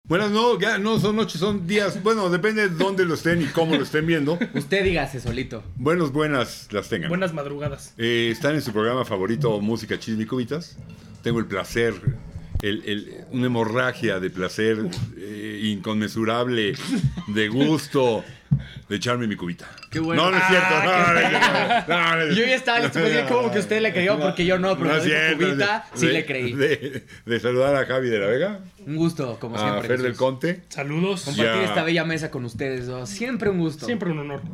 Buenas, no, ya no son noches, son días. Bueno, depende de dónde lo estén y cómo lo estén viendo. Usted dígase solito. Buenas las tengan. Buenas madrugadas. Están en su programa favorito, Música, Chisme y Cubitas. Tengo el placer, una hemorragia de placer inconmensurable, de gusto, de echarme mi cubita. Qué bueno. No, no es cierto. No, Yo ya estaba listo para decir como que usted le creyó porque yo no, pero no es dijo cierto. cubita, sí le creí. De saludar a Javi de la Vega, Un gusto, como a siempre. Fer del Jesús. Conte. Saludos. Compartir Ya. esta bella mesa con ustedes dos. Siempre un gusto. Siempre un honor.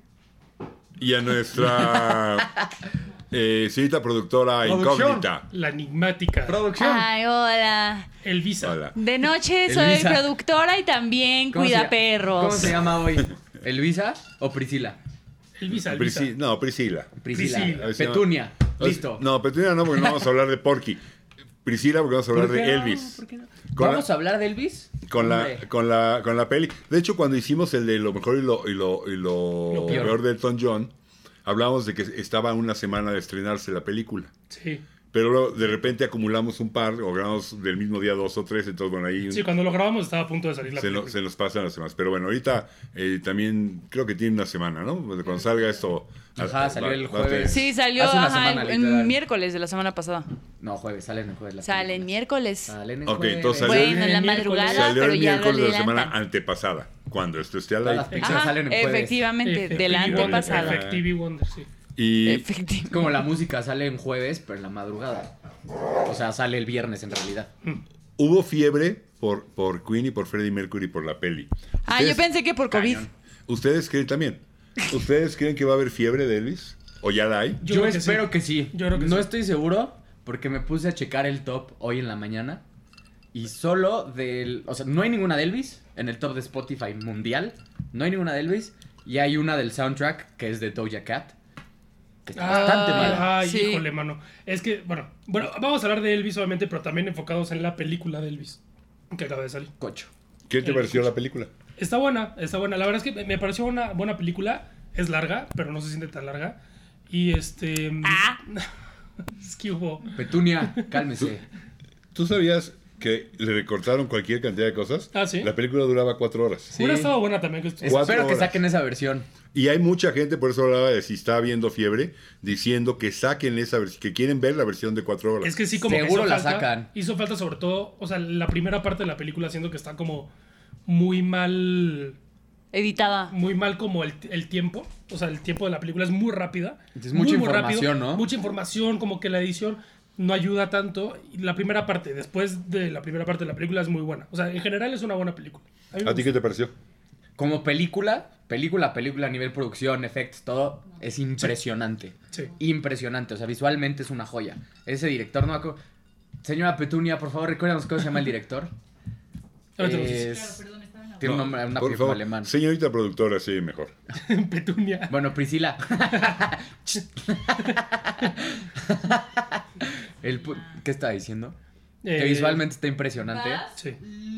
Y a nuestra señorita productora incógnita. La enigmática. Producción. Ay, hola. Elvisa. Hola. De noche soy Elvisa. productora y también ¿Cómo cuida se- perros. ¿Cómo se llama hoy? ¿Elvisa o Priscila? Priscila. Priscila. Priscila. Priscila. Petunia. Listo. No, Petunia no, porque no vamos a hablar de Porky. Priscila, porque vamos a hablar ¿Por qué de no? Elvis. ¿Por qué no? Con ¿Vamos a hablar de Elvis? Con Hombre. la peli. De hecho, cuando hicimos el de lo mejor y lo Lo peor. peor de Elton John, hablábamos de que estaba una semana de estrenarse la película. Sí. Pero luego, de repente acumulamos un par, o grabamos del mismo día 2 o 3, entonces bueno, ahí Sí, cuando lo grabamos estaba a punto de salir la se película. nos pasan las semanas. Pero bueno, ahorita también creo que tiene una semana, ¿no? Cuando salga esto... Ajá, salió el va a tener- jueves. Sí, salió Hace una ajá, semana, el literal. miércoles de la semana pasada. No, jueves, salen el jueves. las Salen películas. miércoles. Salen el Ok, jueves. entonces salió Bueno, en la el miércoles. madrugada, Salió pero el ya miércoles de la semana adelantan. antepasada. Cuando esto esté al Todas aire. las películas Ajá, salen el jueves. efectivamente, de la Effective Wonder, antepasada. Effective Wonder, sí. Y Efectivamente. Como la música sale en jueves, pero en la madrugada. O sea, sale el viernes en realidad. hubo fiebre por Queen y por Freddie Mercury por la peli. Ah, yo pensé que por COVID. Cañón. ¿Ustedes creen también? ¿Ustedes creen que va a haber fiebre de Elvis? ¿O ya la hay? Yo Yo creo que espero sí. que sí. Yo creo que no sí. estoy seguro porque me puse a checar el top hoy en la mañana y solo del... O sea, no hay ninguna de Elvis en el top de Spotify mundial. No hay ninguna de Elvis. Y hay una del soundtrack que es de Doja Cat. Que está bastante mala. Ay, Sí. híjole, mano. Es que, bueno, vamos a hablar de Elvis obviamente, pero también enfocados en la película de Elvis que acaba de salir. Cocho. ¿Qué te pareció la película? Está buena, está buena. La verdad es que me pareció una buena película. Es larga, pero no se siente tan larga. Y Ah. es que hubo... Petunia, cálmese. ¿Tú sabías que le recortaron cualquier cantidad de cosas? Ah, ¿sí? La película duraba 4 horas. Sí. Hubiera estado buena también que esto. Cuatro Espero que horas. saquen esa versión. Y hay mucha gente, por eso hablaba de si está habiendo fiebre, diciendo que saquen esa versión, que quieren ver la versión de 4 horas. Es que sí, como Seguro que la sacan. Hizo falta sobre todo, o sea, la primera parte de la película siento que está como muy mal Editada. como el tiempo. O sea, el tiempo de la película es muy rápida. Es mucha muy información, ¿no? Mucha información, como que la edición no ayuda tanto. Y la primera parte, después de la primera parte de la película es muy buena. O sea, en general es una buena película. mí me ¿A ti qué gustó. te pareció? Como película a nivel producción, efectos, todo, es impresionante. Sí. Impresionante. O sea, visualmente es una joya. Ese director, no me acuerdo. Señora Petunia, por favor, recuérdanos cómo se llama el director. Ahorita lo dices. Es... Tiene un nombre, un Por apellido favor, alemán. señorita productora, sí, mejor. Petunia. Bueno, Priscila. ¿Qué estaba diciendo? Que visualmente está impresionante. Sí.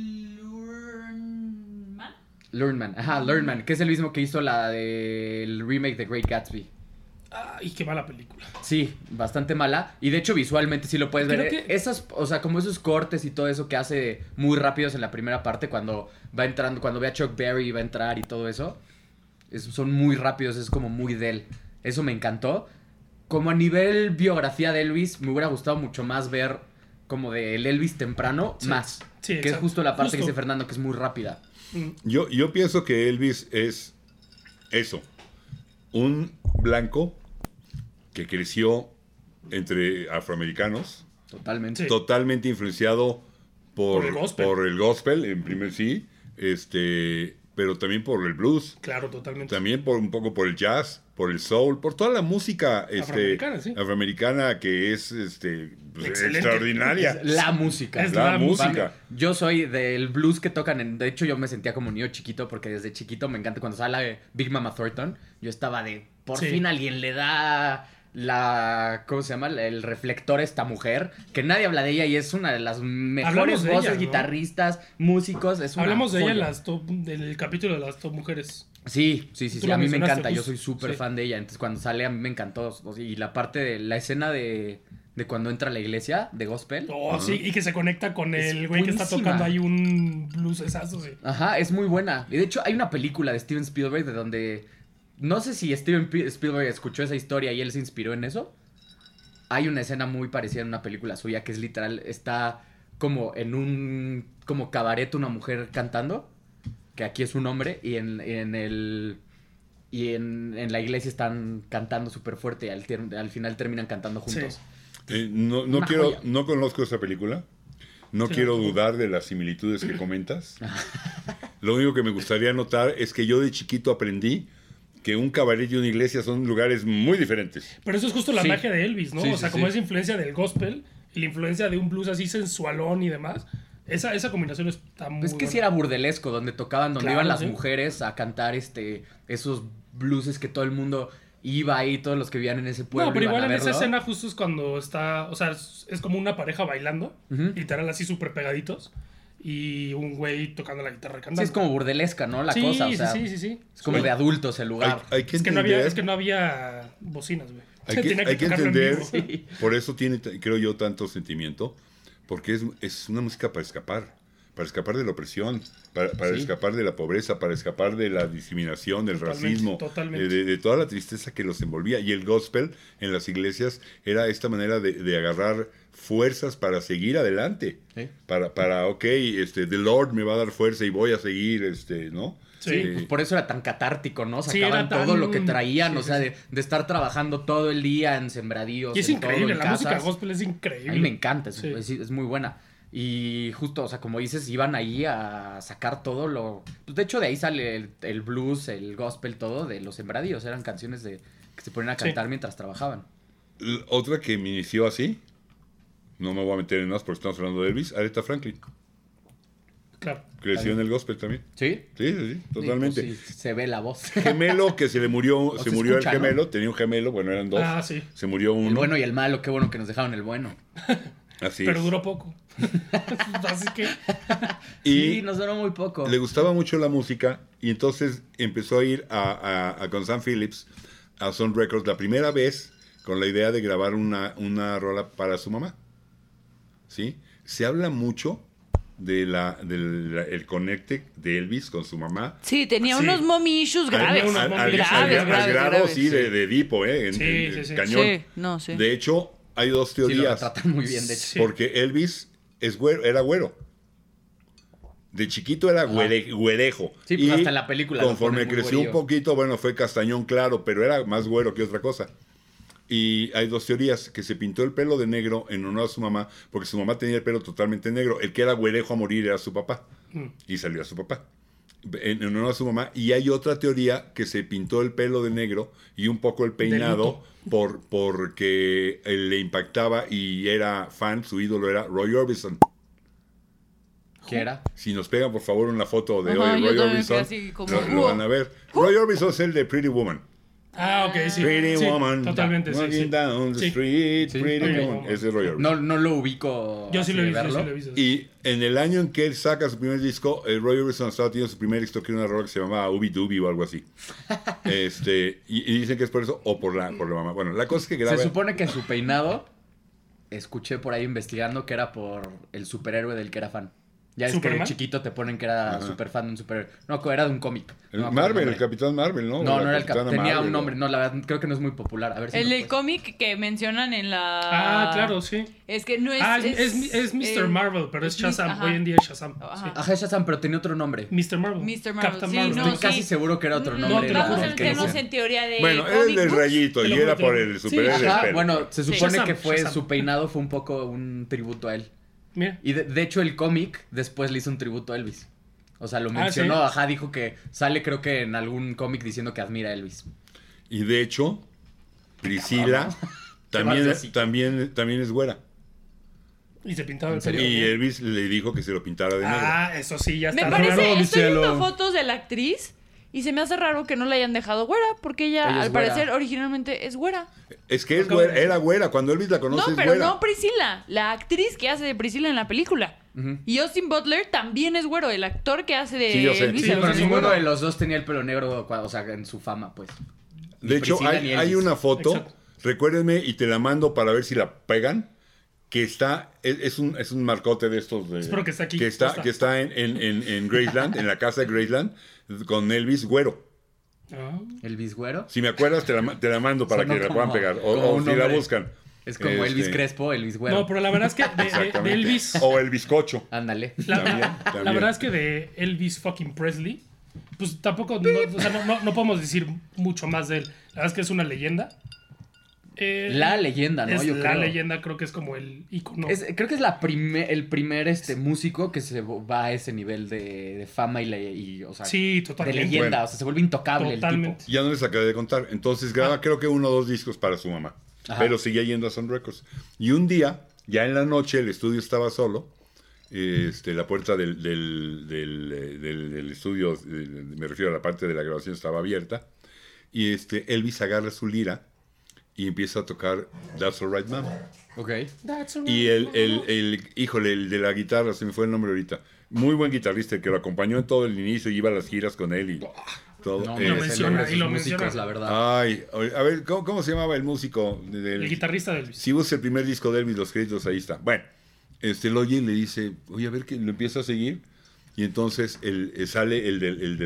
Learnman. Ajá, Learnman, que es el mismo que hizo la del remake de Great Gatsby. Ay, qué mala película. Sí, bastante mala. Y de hecho, visualmente sí lo puedes ver. Creo que- Esas, o sea, como esos cortes y todo eso que hace muy rápidos en la primera parte, cuando va entrando, cuando ve a Chuck Berry va a entrar y todo eso. Son muy rápidos, es como muy de él. Eso me encantó. Como a nivel biografía de Elvis, me hubiera gustado mucho más ver como del Elvis temprano, Sí. más. Sí, que es exacto. justo la parte que Justo. dice Fernando, que es muy rápida. Yo pienso que Elvis es eso. Un blanco que creció entre afroamericanos, Totalmente. Sí. totalmente influenciado Por el gospel. por el gospel, en primer sí, pero también por el blues, Claro, totalmente. también por un poco por el jazz, por el soul, por toda la música Afroamericana, sí. afroamericana que es pues, Excelente. extraordinaria. La música. Es La la música. Yo soy del blues que tocan en... De hecho, yo me sentía como niño chiquito porque desde chiquito me encanta cuando sale Big Mama Thornton. Yo estaba de... Por Sí. fin alguien le da la... ¿Cómo se llama? El reflector a esta mujer. Que nadie habla de ella y es una de las mejores Hablamos de voces, ella, ¿no? guitarristas, músicos. Es una Hablamos de ella en joya. las del capítulo de las top mujeres. Sí, Tú a lo mí me mencionaste, encanta, yo justo. soy súper Sí. fan de ella, entonces cuando sale a mí me encantó, y la parte de la escena de de cuando entra a la iglesia de gospel. Oh, sí, y que se conecta con Es el güey que está buenísima. tocando ahí un bluesazo, sí. Ajá, es muy buena. Y de hecho hay una película de Steven Spielberg de donde... No sé si Spielberg escuchó esa historia y él se inspiró en eso. Hay una escena muy parecida en una película suya que es literal, está como en un como cabaret una mujer cantando, que aquí es un hombre, y en la iglesia están cantando súper fuerte y al final terminan cantando juntos. Sí. No Una quiero, joya. no conozco esa película. No Sí, quiero no. dudar de las similitudes que comentas. Lo único que me gustaría notar es que yo de chiquito aprendí que un cabaret y una iglesia son lugares muy diferentes. Pero eso es justo la Sí. magia de Elvis, ¿no? Sí, o sea, sí, como sí. esa influencia del gospel y la influencia de un blues así sensualón y demás. Esa combinación está muy Es que buena. sí era burdelesco, donde tocaban, donde Claro, iban las sí. mujeres a cantar esos blueses que todo el mundo iba ahí, todos los que vivían en ese pueblo No, pero iban igual a en esa verlo. escena justo es cuando está, o sea, es como una pareja bailando, Ujú. literal así súper pegaditos, y un güey tocando la guitarra y cantando. Sí, es como burdelesca, ¿no? La sí, cosa, o sea, sí. es como de adultos el lugar. Hay que Es que, no entender, había bocinas, güey. hay que, Tenía hay que tocarlo en entender, vivo. Sí. por eso tiene, creo yo, tanto sentimiento, porque es una música para escapar de la opresión, para Sí. escapar de la pobreza, para escapar de la discriminación, del Totalmente, racismo, totalmente. de toda la tristeza que los envolvía. Y el gospel en las iglesias era esta manera de agarrar fuerzas para seguir adelante. Sí. Ok, the Lord me va a dar fuerza y voy a seguir, ¿no? Sí. Pues por eso era tan catártico, ¿no? Sí, Sacaban era tan- todo lo que traían, sí, o sea, sí, de estar trabajando todo el día en sembradíos. Y es en todo, increíble, en la música casas. gospel es increíble. A mí me encanta, Sí. es muy buena. Y justo, o sea, como dices, iban ahí a sacar todo lo... Pues de hecho, de ahí sale el blues, el gospel, todo de los sembradíos. Eran canciones que se ponían a Sí. cantar mientras trabajaban. Otra que me inició así, no me voy a meter en más porque estamos hablando de Elvis, Aretha Franklin. Claro. Creció en el gospel también. ¿Sí? Sí, totalmente. Sí, pues sí, se ve la voz. Gemelo que se le murió, se se murió escucha, el ¿no? gemelo, tenía un gemelo, bueno, eran dos. Ah, sí. Se murió uno. El bueno y el malo, qué bueno que nos dejaron el bueno. Así Pero es. duró poco. Así que... Y Sí, nos duró muy poco. le gustaba mucho la música y entonces empezó a ir con Sam Phillips a Sun Records la primera vez con la idea de grabar una rola para su mamá. ¿Sí? Se habla mucho del el conecte de Elvis con su mamá. Sí, tenía Sí. unos mommy issues graves. unos mommy issues. Graves, al grado, graves. sí, de Edipo, en Sí. cañón. Sí, no, sí. De hecho, hay dos Sí, lo teorías. tratan muy bien, de hecho. Sí. Porque Elvis era güero. De chiquito era güerejo. Sí, pues Y hasta en la película lo conforme ponen muy creció un güerillo. poquito, bueno, fue castañón claro, pero era más güero que otra cosa. Y hay dos teorías, que se pintó el pelo de negro en honor a su mamá, porque su mamá tenía el pelo totalmente negro. El que era güerejo a morir era su papá. Y salió a su papá. En honor a su mamá. Y hay otra teoría que se pintó el pelo de negro y un poco el peinado porque le impactaba y era fan, su ídolo era Roy Orbison. ¿Qué era? Si nos pegan por favor una foto de Ajá, hoy, yo Roy también Orbison, quedé así como, lo van a ver. Roy Orbison es el de Pretty Woman. Ah, ok, sí. Pretty Sí, Woman. Totalmente, sí. Walking sí. down the Sí. street, Sí. Pretty Pretty Woman. Woman. Ese es Roy Orbison. No lo ubico. Yo sí así lo he de visto, verlo. sí lo he visto. Y en el año en que él saca su primer disco, Roy Orbison estaba teniendo su primer éxito, que era una rola que se llamaba Ubi Dubi o algo así. Y dicen que es por eso o por la mamá. Bueno, la cosa es que graba. Se supone que su peinado, escuché por ahí investigando que era por el superhéroe del que era fan. Ya es que de ¿Superman? chiquito te ponen que era Ajá. super fan de un superhéroe. No, era de un cómic. El No me acuerdo Marvel, el nombre. Capitán Marvel, ¿no? No, La no era el Capitana tenía Marvel, un ¿no? nombre. No, la verdad creo que no es muy popular. A ver si El nos del puedes- cómic que mencionan en la... Ah, claro, sí. Es que no es... Ah, es Mr. Marvel, pero es Shazam. Ajá. Hoy en día es Shazam. Ajá. Sí. Ajá, Shazam, pero tenía otro nombre. Mr. Marvel. Mr. Marvel, Captain sí, Marvel. no, Estoy casi sí. seguro que era otro No, nombre. te lo Vamos juro a que meternos no sé. en teoría de Bueno, era el comic del books. rayito Te y lo era juro, te lo por juro. el Sí, superhéroe. Ajá, pero- bueno, se supone Shazam, que fue Shazam. su peinado fue un poco un tributo a él. Mira. Y de hecho el cómic después le hizo un tributo a Elvis. O sea, lo mencionó, ¿sí? ajá, dijo que sale creo que en algún cómic diciendo que admira a Elvis. Y de hecho, Priscila también es güera. Y se pintaba el ¿En serio? pelo. Y Elvis le dijo que se lo pintara de negro. Ah, eso sí, ya Me está parece, raro. estoy cielo. viendo fotos de la actriz y se me hace raro que no la hayan dejado güera, porque ella, Ella es al güera. parecer, originalmente es güera. Es que es Acabo de güera, era güera. Cuando Elvis la conoce No, es pero güera. no Priscila, la actriz que hace de Priscila en la película. Ujú. Y Austin Butler también es güero, el actor que hace de Sí, yo sé. Elvis. Sí, en pero los Pero ninguno bueno. de los dos tenía el pelo negro, o sea, en su fama, pues. De hecho, Priscila ni hay Elvis. una foto. Exacto. recuérdenme y te la mando para ver si la pegan. Que está, es un marcote de estos. Espero que esté aquí. Que está en Graceland, en la casa de Graceland, con Elvis Güero. Ah. ¿Elvis Güero? Si me acuerdas, te la mando para Sonó que la como- puedan pegar. como O un si la nombre. buscan. Es como Elvis Crespo, Elvis Güero. No, pero la verdad es que de Exactamente. Elvis. O el bizcocho. Ándale. También. La verdad es que de Elvis fucking Presley, pues tampoco, o sea, no podemos decir mucho más de él. La verdad es que es una leyenda. La leyenda, ¿no? Es Yo la creo. leyenda, creo que es como el icono. Creo que es el primer músico que se va a ese nivel de fama o sea, Sí, de totalmente. leyenda. Bueno. O sea, se vuelve intocable Totalmente. el tipo. Ya no les acabé de contar. Entonces graba creo que 1 o 2 discos para su mamá. Ajá. Pero seguía yendo a Sun Records. Y un día, ya en la noche, el estudio estaba solo. La puerta del estudio, me refiero a la parte de la grabación, estaba abierta. Y Elvis agarra su lira y empieza a tocar That's Alright Mama. Ok. That's alright. Y el de la guitarra, se me fue el nombre ahorita. Muy buen guitarrista, que lo acompañó en todo el inicio, iba a las giras con él y todo. No, Y lo me sé el menciona, nombre de sus y lo músicos, menciona. la verdad. Ay, a ver, ¿cómo se llamaba el músico? El guitarrista de Elvis. Si buscas el primer disco de Elvis, los créditos, ahí está. Bueno, lo oye y le dice, oye, a ver, que lo empieza a seguir. Y entonces sale el de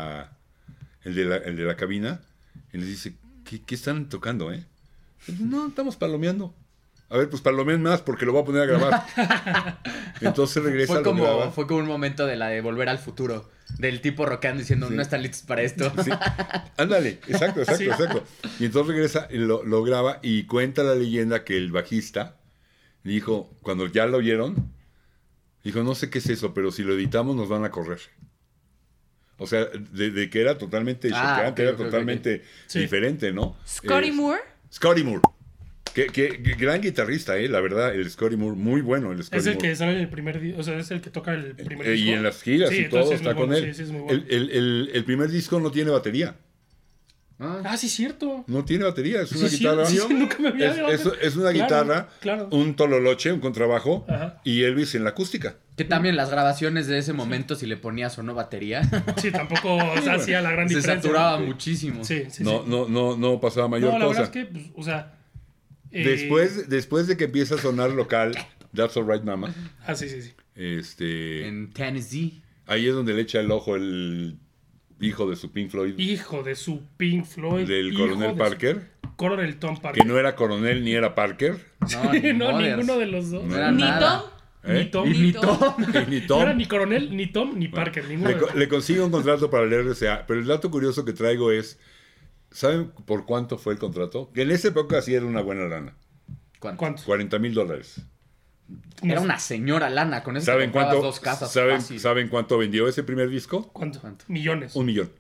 la cabina y le dice, ¿qué están tocando, No, estamos palomeando. A ver, pues palomeen más porque lo voy a poner a grabar. Entonces regresa, Fue lo graba. como un momento de la de Volver al Futuro. Del tipo rockeando diciendo, Sí. no están listos para esto. Sí. Ándale, exacto. Y entonces regresa, lo graba y cuenta la leyenda que el bajista dijo, cuando ya lo oyeron, dijo, no sé qué es eso, pero si lo editamos nos van a correr. O sea, de que era totalmente choqueante, ok, era ok, totalmente Sí. diferente, ¿no? Scotty Moore. Scotty Moore. Que gran guitarrista, la verdad, el Scotty Moore, muy bueno el Scotty Es el Moore. que sale en el primer o sea, es el que toca el primer disco. Y en las giras Sí, y todo entonces sí es está muy con bueno, él. sí, es muy bueno. El primer disco no tiene batería. Ah, sí, cierto. No tiene batería, es Sí, una sí, guitarra. sí, nunca me había dado cuenta. Es una Claro, guitarra, claro. un tololoche, un contrabajo Ajá. y Elvis en la acústica. Que también las grabaciones de ese momento, si le ponías o no batería, Sí, tampoco o sea, hacía la gran se diferencia. saturaba muchísimo. Sí, sí, No, sí. no pasaba mayor No, la cosa. verdad es que, pues, o sea... Después de que empieza a sonar local, That's Alright Mama, Ah, sí, sí, sí. En Tennessee. ahí es donde le echa el ojo el hijo de su Pink Floyd, Hijo de su Pink Floyd. del hijo coronel de Parker, su coronel Tom Parker. que no era coronel ni era Parker. No, ni No, mothers. ninguno de los dos. No era Ni nada. Tom. Ni Tom. Y ni Tom. Y ni No Tom. era ni coronel, ni Tom, ni Parker. Ninguno de los Le consigue un contrato para el RCA, pero el dato curioso que traigo es, ¿saben por cuánto fue el contrato? Que en esa época sí era una buena lana, ¿Cuánto? ¿Cuánto? $40,000. Era una señora lana. Con eso te ¿Saben comprabas cuánto, dos casas saben, fácil. ¿Saben cuánto vendió ese primer disco? ¿Cuánto? ¿Cuánto? Millones. 1 millón.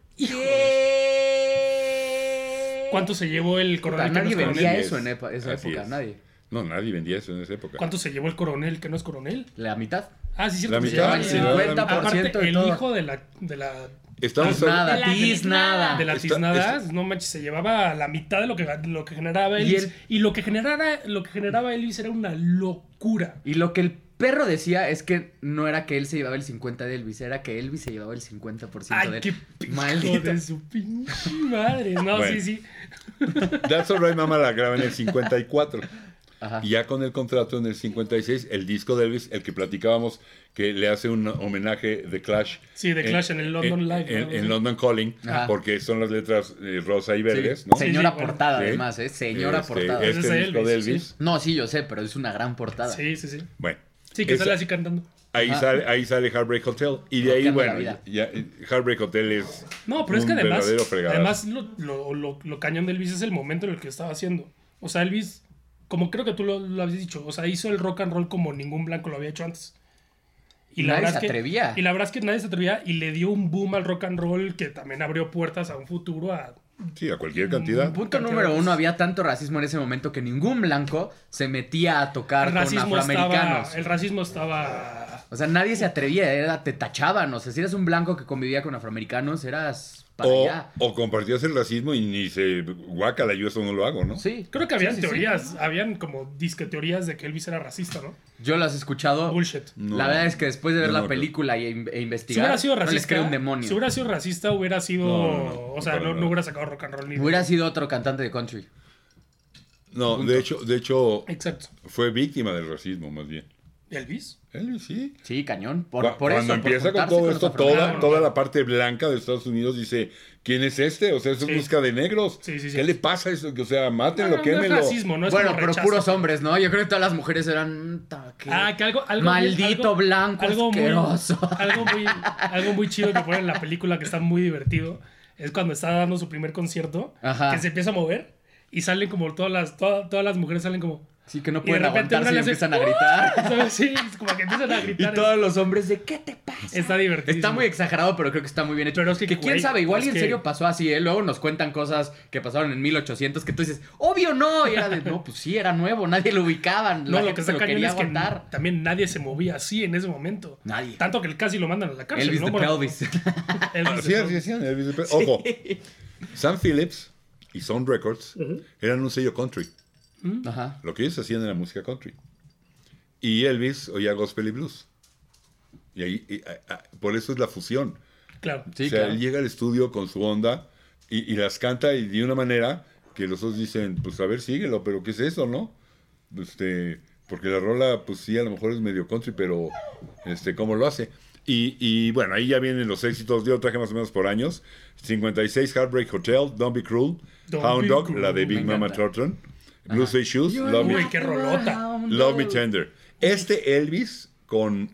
¿Cuánto se llevó el Puta, coronel que no nadie es vendía coronel? eso en esa Así época. es. Nadie. No, nadie vendía eso en esa época. ¿Cuánto se llevó el coronel que no es coronel? La mitad. Ah, sí, cierto. La que se mitad, llevaba sí, el- la 50% Aparte, de el todo. hijo de la Estamos Nada, De la tiznada. de la Está- tiznada, no manches, se llevaba la mitad de lo que generaba Y Elvis. Y lo que generaba Elvis era una locura. Y lo que el perro decía es que no era que él se llevaba el 50 de Elvis, era que Elvis se llevaba el 50% Ay, de qué él. hijo Maldito. de su pinche madre. No, Bueno. sí, sí. That's Alright Mama la graba en el 54. Ajá. Y ya con el contrato en el 56, el disco de Elvis, el que platicábamos, que le hace un homenaje de Clash. Sí, The Clash en el London Live, ¿no? En London Calling, Ajá. porque son las letras rosa y verdes, ¿no? Señora Sí, sí, portada, bueno. además, ¿eh? Señora portada. Ese es Este disco Elvis, de sí. Elvis. No, sí, yo sé, pero es una gran portada. Sí, sí, sí. Bueno. Sí, que esa- sale así cantando. Ahí sale Heartbreak Hotel. Y de ahí, Rockeando bueno, la vida. ya, Heartbreak Hotel es No, pero es que un además, verdadero fregadazo. además lo cañón de Elvis es el momento en el que estaba haciendo. O sea, Elvis, como creo que tú lo habías dicho, o sea, hizo el rock and roll como ningún blanco lo había hecho antes. Nadie verdad se es que- atrevía. Y la verdad es que nadie se atrevía y le dio un boom al rock and roll que también abrió puertas a un futuro a... Sí, a cualquier cantidad. Punto número 1, había tanto racismo en ese momento que ningún blanco se metía a tocar El con racismo, afroamericanos. el racismo estaba... O sea, nadie se atrevía, te tachaban. O sea, si eras un blanco que convivía con afroamericanos, eras para allá. O compartías el racismo y ni se guácala, yo eso no lo hago, ¿no? Sí. Creo que habían Sí, sí, sí. teorías, habían como disque teorías de que Elvis era racista, ¿no? Yo las he escuchado. Bullshit. No. La verdad es que después de ver Yo la no creo. película e Si investigar, hubiera sido no les racista, creo un demonio. si hubiera sido racista, hubiera sido, No, o sea, para no nada. hubiera sacado rock and roll ni Hubiera sido otro cantante de country. No, Punto. de hecho, Exacto. fue víctima del racismo, más bien. ¿Elvis? Elvis, sí. Sí, cañón. Por Cuando eso, por empieza con juntarse todo los esto, afroamericanos. toda la parte blanca de Estados Unidos dice, ¿quién es este? O sea, eso Sí. es busca de negros. Sí, sí, sí. ¿Qué le pasa a eso? O sea, mátenlo, No es quémelo. racismo, no es Bueno, como pero rechazo. puros hombres, ¿no? Yo creo que todas las mujeres eran... qué Que algo maldito blanco asqueroso. Algo muy chido que ponen en la película que está muy divertido es cuando está dando su primer concierto, Ajá. que se empieza a mover y salen como todas las mujeres salen como... Sí, que no Y de pueden repente aguantarse y una le hace, empiezan a gritar. ¿sabes? Sí, es como que empiezan a Y gritar. todos los hombres de ¿qué te pasa? Está divertido. Está muy exagerado, pero creo que está muy bien hecho. Pero es que, quién güey, sabe, igual es y en que- serio pasó así, ¿eh? Luego nos cuentan cosas que pasaron en 1800 que tú dices, obvio no. Y era de, no, pues sí, era nuevo, nadie lo ubicaba. No, La lo gente que se está lo cañón quería es que aguantar. también nadie se movía así en ese momento. Nadie. Tanto que casi lo mandan a la cárcel. Elvis ¿no? de Bueno, Pelvis. Elvis Así de es, Pelvis. sí, sí, Elvis de Pelvis. Ojo, Sam Phillips y Sound Records eran un sello country. Ajá. Lo que ellos hacían era música country. Y Elvis oía gospel y blues. Y ahí, por eso es la fusión. Claro. Sí, o sea, claro. él llega al estudio con su onda y las canta y de una manera que los otros dicen, pues a ver, síguelo, pero ¿qué es eso, no? Porque la rola, pues sí, a lo mejor es medio country, pero ¿cómo lo hace? Y bueno, ahí ya vienen los éxitos. Yo traje más o menos por años. 56, Heartbreak Hotel, Don't Be Cruel, Don't Hound Be Dog, Cruel, la de Big me Mama encanta. Thornton, Blue Suede Shoes, Love Uy, Me, qué rolota. Love Me Tender. Elvis con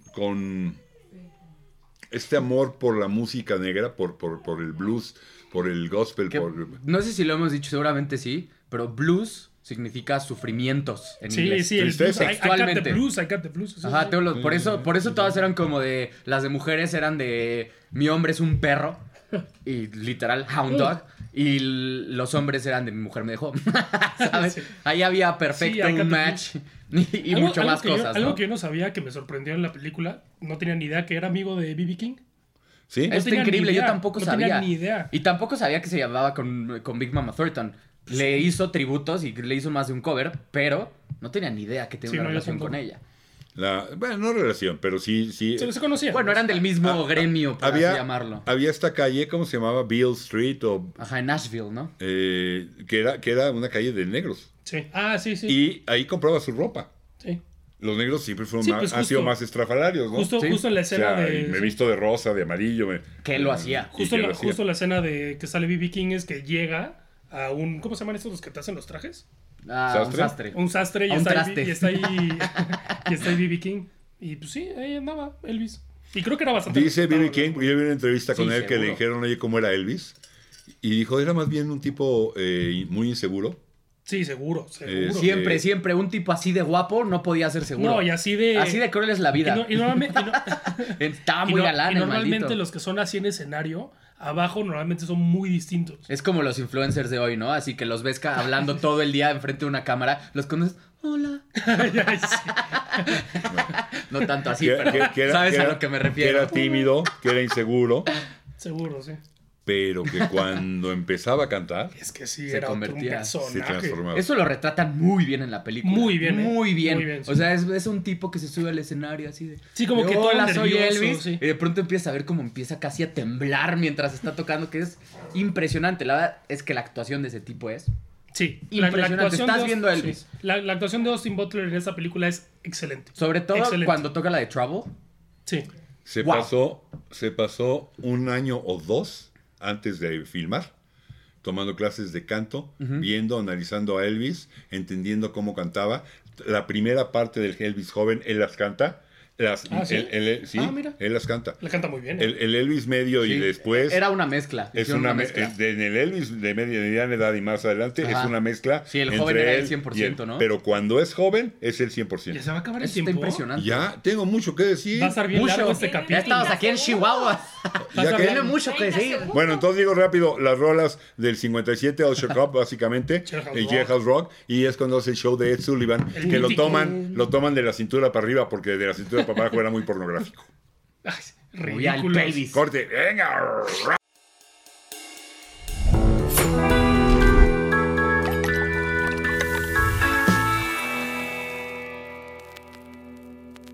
este amor por la música negra, por el blues, por el gospel, Que- no sé si lo hemos dicho, seguramente sí, pero blues significa sufrimientos en Sí, inglés. sí, el blues. Tristeza. I got the Textualmente. blues, I got the blues. Sí, Ajá, sí. por eso todas eran como de. Las de mujeres eran de. Mi hombre es un perro. Y literal, hound dog. Y los hombres eran de mi mujer me dejó. ¿Sabes? Sí. Ahí había perfecto Sí, I got the un match. Y mucho más cosas. Algo ¿no? que yo no sabía que me sorprendió en la película, no tenía ni idea que era amigo de B.B. King. ¿Sí? No Está tenía ni increíble, yo idea, tampoco no sabía. tenía ni idea. Y tampoco sabía que se llamaba con Big Mama Thornton. Le hizo tributos y le hizo más de un cover, pero no tenía ni idea que tenía Sí, una no, yo relación tampoco. con ella. Bueno, no relación, pero sí. Se conocía. Bueno, eran del mismo gremio, por así llamarlo. Había esta calle, ¿cómo se llamaba? Beale Street, Ajá, en Nashville, ¿no? que era una calle de negros. Sí. Ah, sí, sí. Y ahí compraba su ropa. Sí. Los negros siempre fueron Sí, más, pues han sido justo- más estrafalarios, ¿no? Justo, Sí. justo en la O escena sea, de. y me he sí. visto de rosa, de amarillo. Que él lo hacía. Justo, y que la, lo hacía. justo la escena de que sale B.B. King es que llega a un. ¿Cómo se llaman estos los que te hacen los trajes? Ah, un ¿Sastre? sastre. Un sastre y A un está, traste. ahí, y está ahí. Y está ahí B.B. King. Y pues sí, ahí andaba Elvis. Y creo que era bastante. Dice respetado, B.B. King, ¿no? yo vi una entrevista con Sí, él que le seguro. dijeron, oye, ¿cómo era Elvis? Y dijo, era más bien un tipo muy inseguro. Sí, seguro, seguro. Siempre un tipo así de guapo no podía ser seguro. No, y así de. Así de cruel es la Y, vida. no- y normalmente. Estaba y muy no- galán y el normalmente maldito. los que son así en escenario, abajo normalmente son muy distintos. Es como los influencers de hoy, ¿no? Así que los ves hablando todo el día enfrente de una cámara, los conoces, hola. Ay, sí. No tanto así, pero sabes a lo que me Que refiero. era tímido, que era inseguro, Seguro, sí. pero que cuando empezaba a cantar, Es que sí, Se era otro convertía, se personaje. transformaba. Eso lo retratan muy bien en la película. Muy bien, ¿eh? Muy bien. Muy bien, sí. O sea, es un tipo que se sube al escenario así de... Sí, como de, que todo hola, soy nervioso, Elvis. sí. Y de pronto empieza a ver cómo empieza casi a temblar mientras está tocando, que es impresionante. La verdad es que la actuación de ese tipo es... Sí, Impresionante. Estás de viendo a Elvis. sí. La actuación de Austin Butler en esta película es excelente. Sobre todo Excelente. cuando toca la de Trouble. Sí. se Wow. pasó un año o dos antes de filmar, tomando clases de canto, viendo, analizando a Elvis, entendiendo cómo cantaba. La primera parte del Elvis joven, él las canta. ¿sí? Sí, Ah, mira. él las canta. La canta muy bien. El Elvis medio y Sí. después... Era una mezcla. Es hicieron una mezcla. en el Elvis de mediana edad y más adelante Ajá. es una mezcla. Sí, el entre joven era el él 100%, y él. ¿no? Pero cuando es joven es el 100%. Ya se va a acabar el Eso está tiempo. impresionante. Ya tengo mucho que decir. Va a estar bien Mucho. largo este Ya capítulo. estamos aquí en Chihuahua. Ya que- Tiene mucho que decir. Bueno, entonces digo rápido las rolas del 57 Usher Cup, básicamente, Jailhouse el Rock. Jailhouse Rock, y es cuando hace el show de Ed Sullivan, El que lo mítico. toman de la cintura para arriba, porque de la cintura para abajo era muy pornográfico. Ay, Muy al ridículos. pelvis. Corte, venga.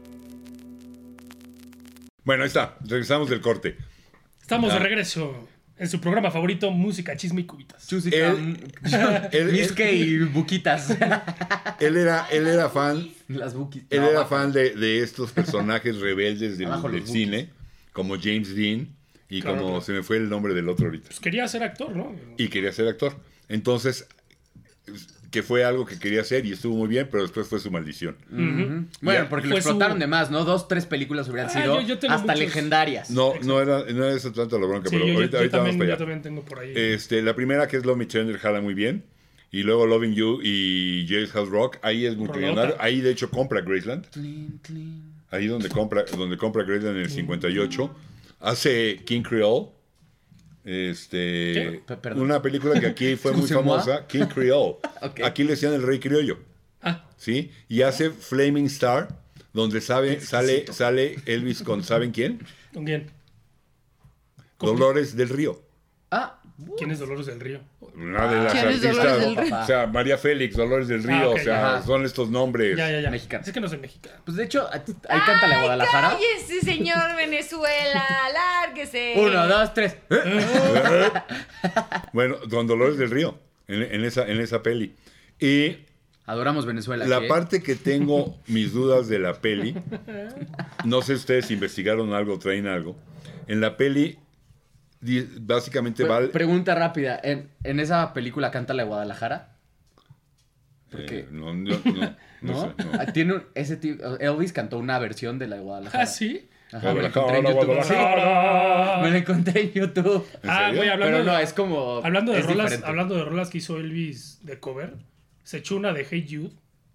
Bueno, ahí está, regresamos del corte. Estamos de Ah. regreso. En su programa favorito, Música, Chisme y Cubitas. Chusica, Misque y Buquitas. Él era fan. Las Buquitas. Él era fan de estos personajes rebeldes del Abajo los cine, como James Dean y Claro, como claro. se me fue el nombre del otro ahorita. Pues quería ser actor, ¿no? Y quería ser actor. Entonces, que fue algo que quería hacer y estuvo muy bien, pero después fue su maldición. Ujú. Bueno, Ya. porque lo Fue explotaron su- de más, ¿no? 2, 3 películas hubieran sido yo tengo hasta muchos- legendarias. No era eso tanto la bronca, Sí, pero yo ahorita vamos también, para yo allá. también tengo por ahí. La primera, que es Love Me Tender, jala muy bien. Y luego Loving You y Jailhouse Rock, ahí es multimillonario. Rolota. Ahí, de hecho, compra Graceland. Clean, clean. Ahí donde compra Graceland en el 58. Hace King Creole. Perdón. Una película que aquí fue muy Excusez-moi. famosa, King Creole. Ok. Aquí le decían el Rey Criollo. Ah, ¿Sí? Y hace Flaming Star, donde sale Elvis con ¿saben quién? ¿con quién? ¿Con Dolores del Río. Ah, ¿Quién es Dolores del Río? Una de las ¿Quién es Dolores artistas, del Río? o sea, María Félix, Dolores del Río, Ah, ok, o sea, ajá. son estos nombres. Ya. Mexicano. Es que no soy mexicano. pues de hecho, ahí canta la Guadalajara. ¡Cállese, señor Venezuela! ¡Lárguese! 1, 2, 3. Bueno, con Dolores del Río, en esa peli. Y Adoramos Venezuela. la ¿qué? parte que tengo mis dudas de la peli, no sé si ustedes investigaron algo, traen algo. En la peli, básicamente va... Pregunta rápida. ¿En esa película canta la Guadalajara? ¿Por qué? No ¿No? sé, no. Ah, tiene ese tipo. Elvis cantó una versión de la Guadalajara. Ah, sí. Ajá, me la encontré en Guadalajara, YouTube. Guadalajara. Sí, me la encontré en YouTube. ¿En Ah, serio? güey, Pero no, es como. hablando de es rolas, diferente. hablando de rolas que hizo Elvis de cover, se echó una de Hey Jude,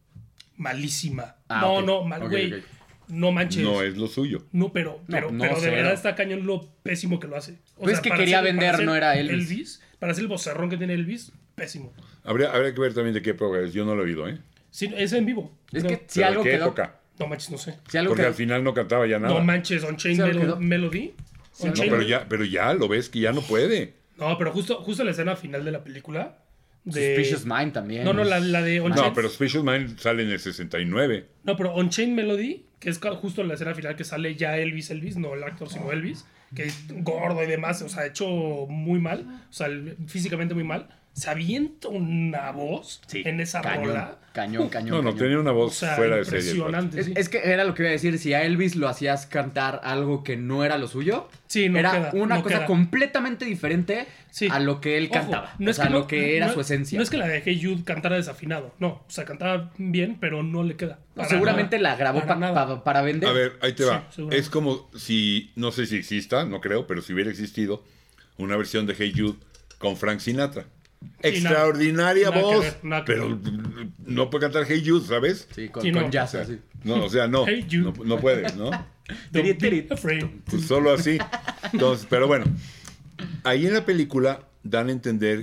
malísima. Ah, no, ok. no, mal, Ok, güey. ok. No manches. No es lo suyo. No, pero No, de cero. verdad está cañón lo pésimo que lo hace. O Pues es que para quería para vender, no era Elvis. Para hacer el vocerrón que tiene Elvis, pésimo. Habría que ver también de qué época es. Yo no lo he oído, ¿eh? Sí, es en vivo. Es No, que si ¿Pero algo de qué quedó. época? no manches, no sé. Si algo Porque quedó. al final no cantaba ya nada. No manches, On-Chain Sí, algo quedó. Melody. Sí, No, On-Chain pero ya lo ves que ya no puede. No, pero justo la escena final de la película. De... Suspicious Mind también. No, la de On-Chain. No, pero Special Mind sale en el 69. No, pero On-Chain Melody, que es justo la escena final que sale ya Elvis, no el actor, sino Elvis, que es gordo y demás, o sea, hecho muy mal, o sea, físicamente muy mal. Se avienta una voz Sí, en esa cañón, rola. cañón. No, cañón. tenía una O voz sea, fuera de serie. impresionante. Sí. Es que era lo que iba a decir, si a Elvis lo hacías cantar algo que no era lo suyo, Sí, no era queda, una no cosa queda. completamente diferente Sí. a lo que él Ojo, cantaba. no O es sea, que lo que era su esencia. No es que la de Hey Jude cantara desafinado, no, o sea, cantaba bien, pero no le queda. No, para seguramente nada, la grabó para nada. para vender. A ver, ahí te va. Sí, seguramente. Es como si, no sé si exista, no creo, pero si hubiera existido una versión de Hey Jude con Frank Sinatra. Extraordinaria nada que voz, ver, nada que pero no puede cantar Hey Jude, ¿sabes? Sí, con, Sí, con no. jazz, O sea, así. no, o sea, no, Hey Jude. no puede, ¿no? Don't be afraid. Pues solo así. Entonces, pero bueno, ahí en la película dan a entender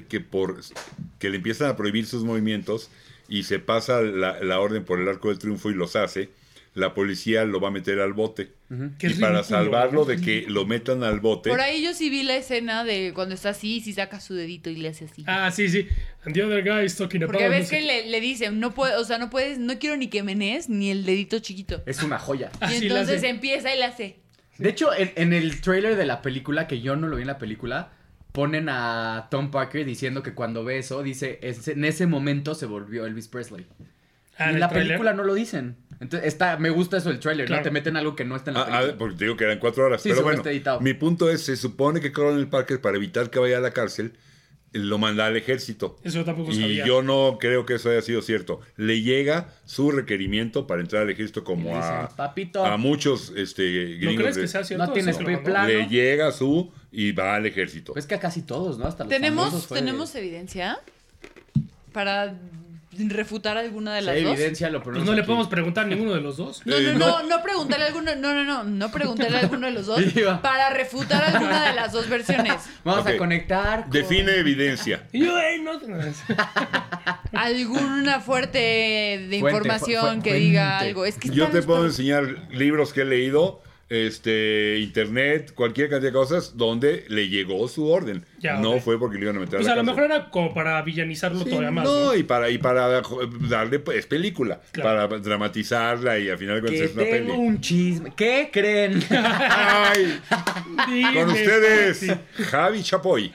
que le empiezan a prohibir sus movimientos y se pasa la orden por el Arco del Triunfo y los hace. La policía lo va a meter al bote. Que Y es para ridículo, salvarlo ¿no? de que lo metan al bote, Por ahí yo sí vi la escena de cuando está así y sí saca su dedito y le hace así. Ah, sí, sí. And the other guy is talking about... Porque ves no sé que le dicen, no puedes, o sea, no puedes, no quiero ni que menees ni el dedito chiquito. Es una joya. Ah, Y sí, la entonces hace. empieza y le hace. De hecho, en el trailer de la película, que yo no lo vi en la película, ponen a Tom Parker diciendo que cuando ve eso, dice, en ese momento se volvió Elvis Presley. Ah, y en el la tráiler. película no lo dicen. Entonces, me gusta eso del trailer, Claro. ¿no? Te meten algo que no está en la película. porque te digo que eran 4 horas. Sí, pero seguro bueno, está editado. mi punto es, se supone que Coronel Parker, para evitar que vaya a la cárcel, lo manda al ejército. Eso yo tampoco Y sabía. yo no creo que eso haya sido cierto. Le llega su requerimiento para entrar al ejército Y como le dicen, a papito, muchos ¿No gringos. crees que sea cierto? no tienes Eso lo mandó. plan. Le llega su y va al ejército. pues que a casi todos, ¿no? Hasta los ¿Tenemos, famosos fue- ¿Tenemos evidencia para refutar alguna de Sí, las hay dos? evidencia, lo Pues ponemos no le aquí. podemos preguntar a ninguno de los dos. No preguntarle a alguno, no preguntarle a alguno de los dos Iba. para refutar alguna de las dos versiones. Vamos Ok. a conectar con... Define evidencia. Y yo, "Ey, no". Alguna fuerte de información fuente. que diga algo. Es que Yo están te los puedo pro- enseñar libros que he leído internet, cualquier cantidad de cosas donde le llegó su orden. Ya, no ok. fue porque le iban a meter Pues a a la lo cárcel. mejor era como para villanizarlo Sí, todavía más, no, ¿no? y para darle, pues, película, Claro. para dramatizarla y al final de cuentas Que es una tengo peli. un chisme. ¿Qué creen? ¡Ay! Dime, Con ustedes, Pati. Javi Chapoy.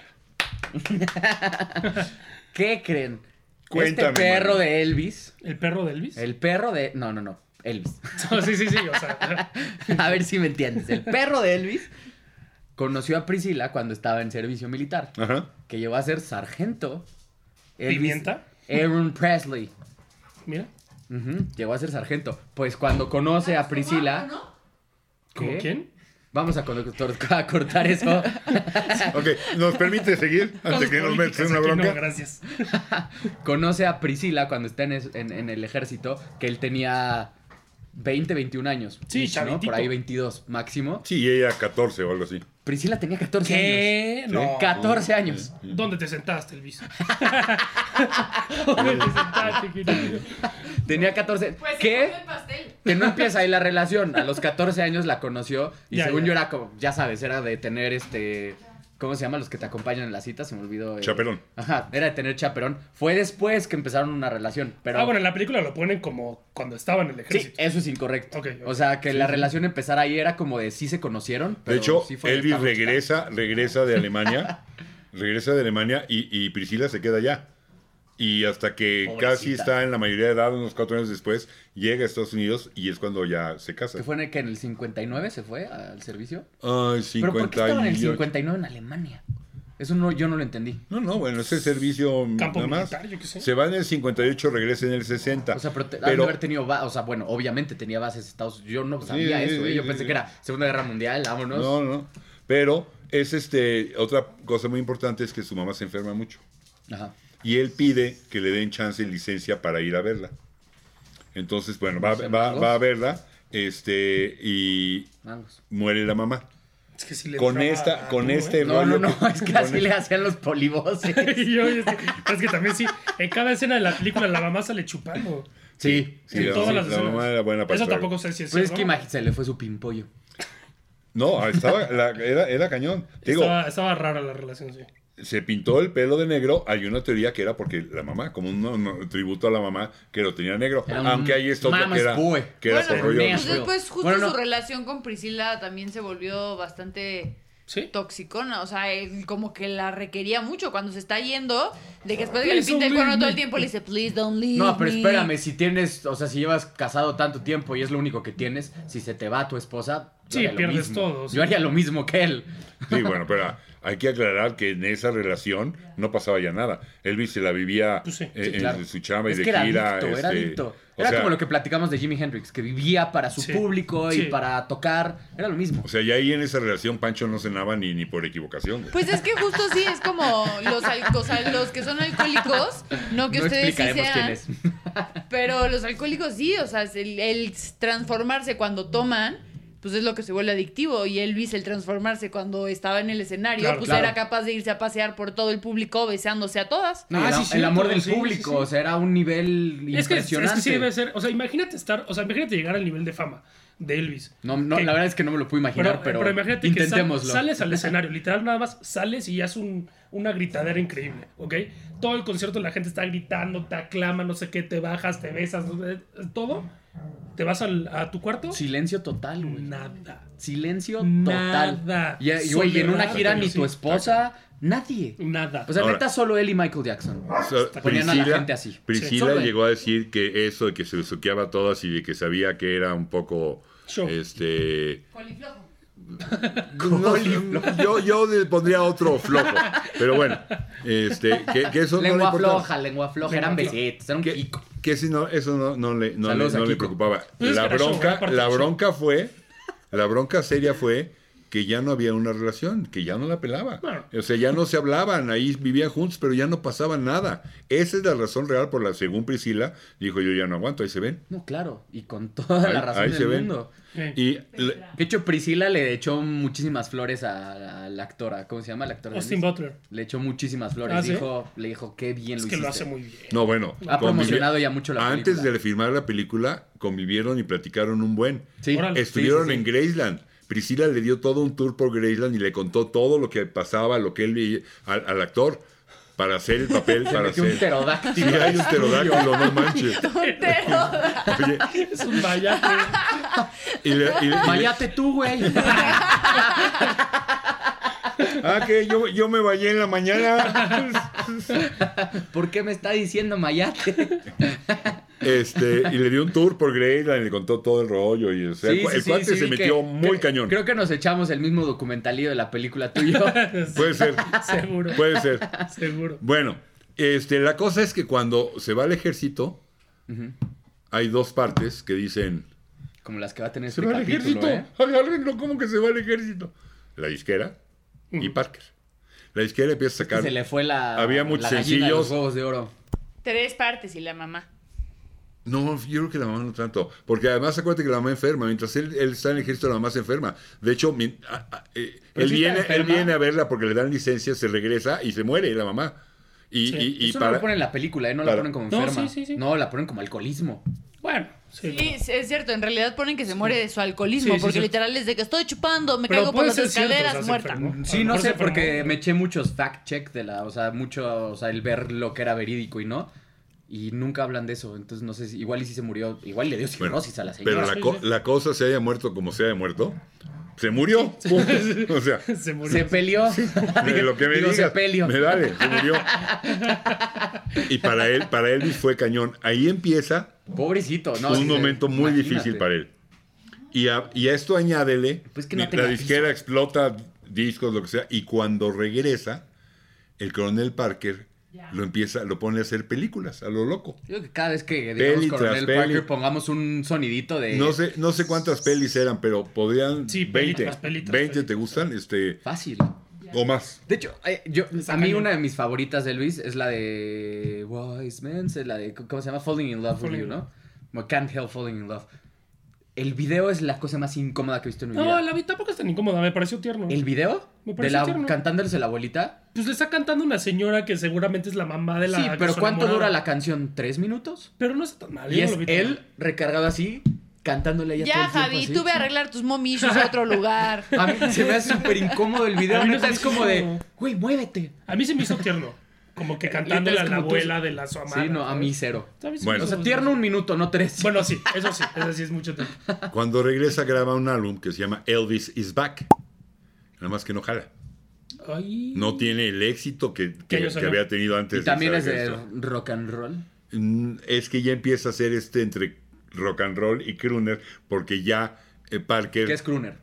¿Qué creen? Cuéntame, Este perro mano. de Elvis. ¿El perro de Elvis? El perro de. No. Elvis. Sí, o sea... A ver si me entiendes. El perro de Elvis conoció a Priscila cuando estaba en servicio militar. Ajá. Que llegó a ser sargento. Elvis ¿Pimienta? Aaron Presley. Mira, Ujú, llegó a ser sargento. Pues cuando conoce a Priscila. ¿como ¿Qué? quién? Vamos a cortar eso. Ok, ¿nos permite seguir antes que nos metas en una Aquí no, bronca? gracias. Conoce a Priscila cuando está en el ejército, que él tenía 20, 21 años. Sí, ¿no? chavitito. Por ahí 22 máximo. Sí, ella 14 o algo así. Priscila tenía 14 ¿Qué? años. No. 14 años. ¿Dónde te sentaste, Elvis? ¿Dónde te sentaste, querido? Tenía 14. Pues se ¿Qué? come el pastel. Que no empieza ahí la relación. A los 14 años la conoció. Y Ya, según ya. yo era como, ya sabes, era de tener ¿cómo se llama? Los que te acompañan en la cita, se me olvidó. Chaperón. Ajá, era de tener chaperón. Fue después que empezaron una relación. Pero Bueno, en la película lo ponen como cuando estaba en el sí, ejército. eso es incorrecto. Ok, ok. O sea, que la relación empezara ahí era como de sí se conocieron. De pero hecho, sí fue Elvis esta lucha. regresa de Alemania. Regresa de Alemania y Priscila se queda allá. Y hasta que Pobrecita. casi está en la mayoría de edad, unos 4 años después, llega a Estados Unidos y es cuando ya se casa. ¿Que fue en el 59 se fue al servicio? Ay, ¿Pero por qué estaba en el 58. 59 en Alemania? Eso no, yo no lo entendí. No, bueno, ese servicio Campo nada más. militar, yo qué sé. Se va en el 58, regresa en el 60. O sea, pero, han de haber tenido, o sea, bueno, obviamente tenía bases Estados Unidos. Yo no sabía Sí, eso, sí, Yo sí, pensé sí. que era Segunda Guerra Mundial, vámonos. No. Pero es otra cosa muy importante es que su mamá se enferma mucho. Ajá. Y él pide que le den chance y licencia para ir a verla. Entonces, bueno, va a verla, y Mangos. muere la mamá. Es que sí le Con entraba con duro, este ¿eh? No, rollo es que así le hacían los polivoces. Y yo, es que también sí, en cada escena de la película la mamá sale chupando. Sí. Sí, En la, todas las la escenas. mamá era buena para Eso el trago. tampoco sé si es Pues es cierto, que ¿no? imagínate, se le fue su pimpollo. No, era cañón. Digo, Estaba rara la relación, sí. se pintó el pelo de negro. Hay una teoría que era porque la mamá, como un tributo a la mamá, que lo tenía negro. Era un Aunque hay esto otra mama's que era, boy. que era Bueno, por rollo. Nashville. Pues después justo Bueno, no. su relación con Priscila también se volvió bastante ¿Sí? toxicona, o sea, él como que la requería mucho cuando se está yendo, de que después de que le Please pinta el don't cuerno leave todo el me. tiempo le dice, please don't leave No, pero me". espérame, si tienes, o sea, si llevas casado tanto tiempo y es lo único que tienes, si se te va tu esposa, yo Sí, haría lo pierdes mismo. todo, sí. Yo haría lo mismo que él. Sí, bueno, pero hay que aclarar que en esa relación no pasaba ya nada. Elvis se la vivía Pues sí. en claro. su chamba y Es de que era gira. adicto, era adicto. o Era sea, como lo que platicamos de Jimi Hendrix, que vivía para su Sí, público sí. y para tocar. Era lo mismo. O sea, ya ahí en esa relación Pancho no cenaba ni por equivocación. güey. Pues es que justo sí, es como o sea, los que son alcohólicos, no que No ustedes sí explicaremos quién sean, es. pero los alcohólicos sí, o sea, el transformarse cuando toman, pues es lo que se vuelve adictivo. Y Elvis, el transformarse cuando estaba en el escenario, Claro, pues claro. era capaz de irse a pasear por todo el público besándose a todas. No, Ah, el, sí, el amor cierto, del sí, público, sí, sí. o sea, era un nivel Es que impresionante. sí debe ser, o sea, imagínate llegar al nivel de fama de Elvis. No, Que- la verdad es que no me lo puedo imaginar, pero, imagínate intentémoslo. que sales al escenario, literal nada más sales y haces una gritadera increíble, ¿ok? Todo el concierto la gente está gritando, te aclama, no sé qué, te bajas, te besas, todo. Te vas a tu cuarto, Silencio total, güey. nada. Silencio Nada. total. Y, güey, en una Soledad, gira ni sí. tu esposa, nadie. Nada. O sea, Ahora- neta, solo él y Michael Jackson. O sea, Ponían a la gente así. Priscila Solo él. llegó a decir que eso de que se besuqueaba a todas y de que sabía que era un poco Show. Coliflojo. yo le pondría otro flojo, pero bueno, que eso no le Lengua importaba. lengua floja. Eran Lengua floja. besitos, era un Que, pico. que si no, eso no le Saludos a Kiko. preocupaba. Pues es La que era show, bronca, era parte la del show. bronca fue, la bronca seria fue que ya no había una relación, que ya no la pelaba. Bueno. O sea, ya no se hablaban, ahí vivían juntos, pero ya no pasaba nada. Esa es la razón real por la, según Priscila, dijo, yo ya no aguanto, ahí se ven. No, claro. Y con toda la Ahí- razón ahí del se ven. mundo. Y De hecho, Priscila le echó muchísimas flores a la actora. ¿Cómo se llama la actora? de Austin Elvis? Butler. Le echó muchísimas flores. ¿Ah, sí? Le dijo, qué bien Es lo que hiciste. lo hace muy bien. no, bueno. Ha promocionado ya mucho la Antes película. de filmar la película, convivieron y platicaron un buen. Sí. Órale. Estuvieron Sí, sí, sí. en Graceland. Priscila le dio todo un tour por Graceland y le contó todo lo que pasaba, lo que él veía al actor para hacer el papel, Se para metió un hacer... pterodáctilo. Sí, hay un pterodáctilo, no manches. Oye, Es un mayate. Mayate tú, güey. Que yo me bañé en la mañana. ¿Por qué me está diciendo Mayate? Y le dio un tour por Graceland y le contó todo el rollo. Y, o sea, el cuate se vi metió muy cañón. Creo que nos echamos el mismo documentalillo de la película tuyo. Puede ser. Seguro. Puede ser. Seguro. Bueno, la cosa es que cuando se va al ejército, hay dos partes que dicen... Como las que va a tener Se este va al capítulo, ejército. Agárrenlo, ¿cómo que se va al ejército? La disquera y Parker. La disquera empieza a Que sacar... se le fue Había muchos la gallina de los sencillos. huevos de oro. 3 partes y la mamá. No, yo creo que la mamá no tanto. Porque además acuérdate que la mamá enferma. Mientras él está en el ejército, la mamá se enferma. De hecho, él sí está enferma. viene a verla porque le dan licencia, se regresa y se muere la mamá. Y Eso no lo ponen en la película, ¿eh? No la ponen como No, enferma. sí. No, la ponen como alcoholismo. Bueno, sí. Sí, es cierto, en realidad ponen que se muere de su alcoholismo, Sí, porque sí. literal es de que estoy chupando, me Pero caigo por puede las ser cierto, escaleras, o sea, se muerta. enfermó. Sí, A lo no mejor sé, se porque enfermó. me eché muchos fact check de la, o sea, el ver lo que era verídico y no. Y nunca hablan de eso, entonces no sé si, igual y si se murió, igual le dio cirrosis a la señora. Pero la cosa se haya muerto como se haya muerto, se murió. O sea, Se murió. Se peleó. de lo que me Digo, digas, se peleó. me dale, se murió. Y para Elvis fue cañón. Ahí empieza Pobrecito, ¿no? un Sí, momento muy imagínate. difícil para él. Y a esto añádele, Pues que no la tenía disquera piso. explota discos, lo que sea, y cuando regresa, el coronel Parker lo pone a hacer películas, a lo loco. Yo creo que cada vez que digamos Peli Coronel tras Parker peli. pongamos un sonidito de... No sé cuántas pelis eran, pero podrían... Sí, 20. peli tras 20 peli. te gustan, Fácil. o más. De hecho, Está a mí cañón. una de mis favoritas de Luis es la de Wise Men, es la de, ¿cómo se llama? Falling in Love with Falling You, in ¿no? Como Can't Help Falling in Love. El video es la cosa más incómoda que he visto en mi No, vida. la vi tampoco es tan incómoda, me pareció tierno. ¿El video? Me De pareció la tierno. cantándoles a la abuelita. Pues le está cantando una señora que seguramente es la mamá de la... Sí, que pero su ¿cuánto enamorada. dura la canción? ¿3 minutos? Pero no está tan mal. Y yo no es lo vi tan él mal. recargado así, cantándole a ella todo Ya, el tiempo Javi, así. tú ve a arreglar tus momichos a otro lugar. A mí se me hace súper incómodo el video. A mí no Neta, se me es como hizo- de, güey, muévete. A mí se me hizo tierno. Como que cantándole a Es la como tú- abuela de la su amada. Sí, no, a ¿sabes? mí cero. A mí sí Bueno. me O sea, hizo- tierno 1 minuto, no 3. Bueno, sí, eso sí es mucho tiempo. Cuando regresa graba un álbum que se llama Elvis is Back. Nada más que no jala. Ay. No tiene el éxito que ellos que había tenido antes. Y también de es de esto. rock and roll. Es que ya empieza a ser entre rock and roll y crooner, porque ya Parker, ¿Qué es crooner?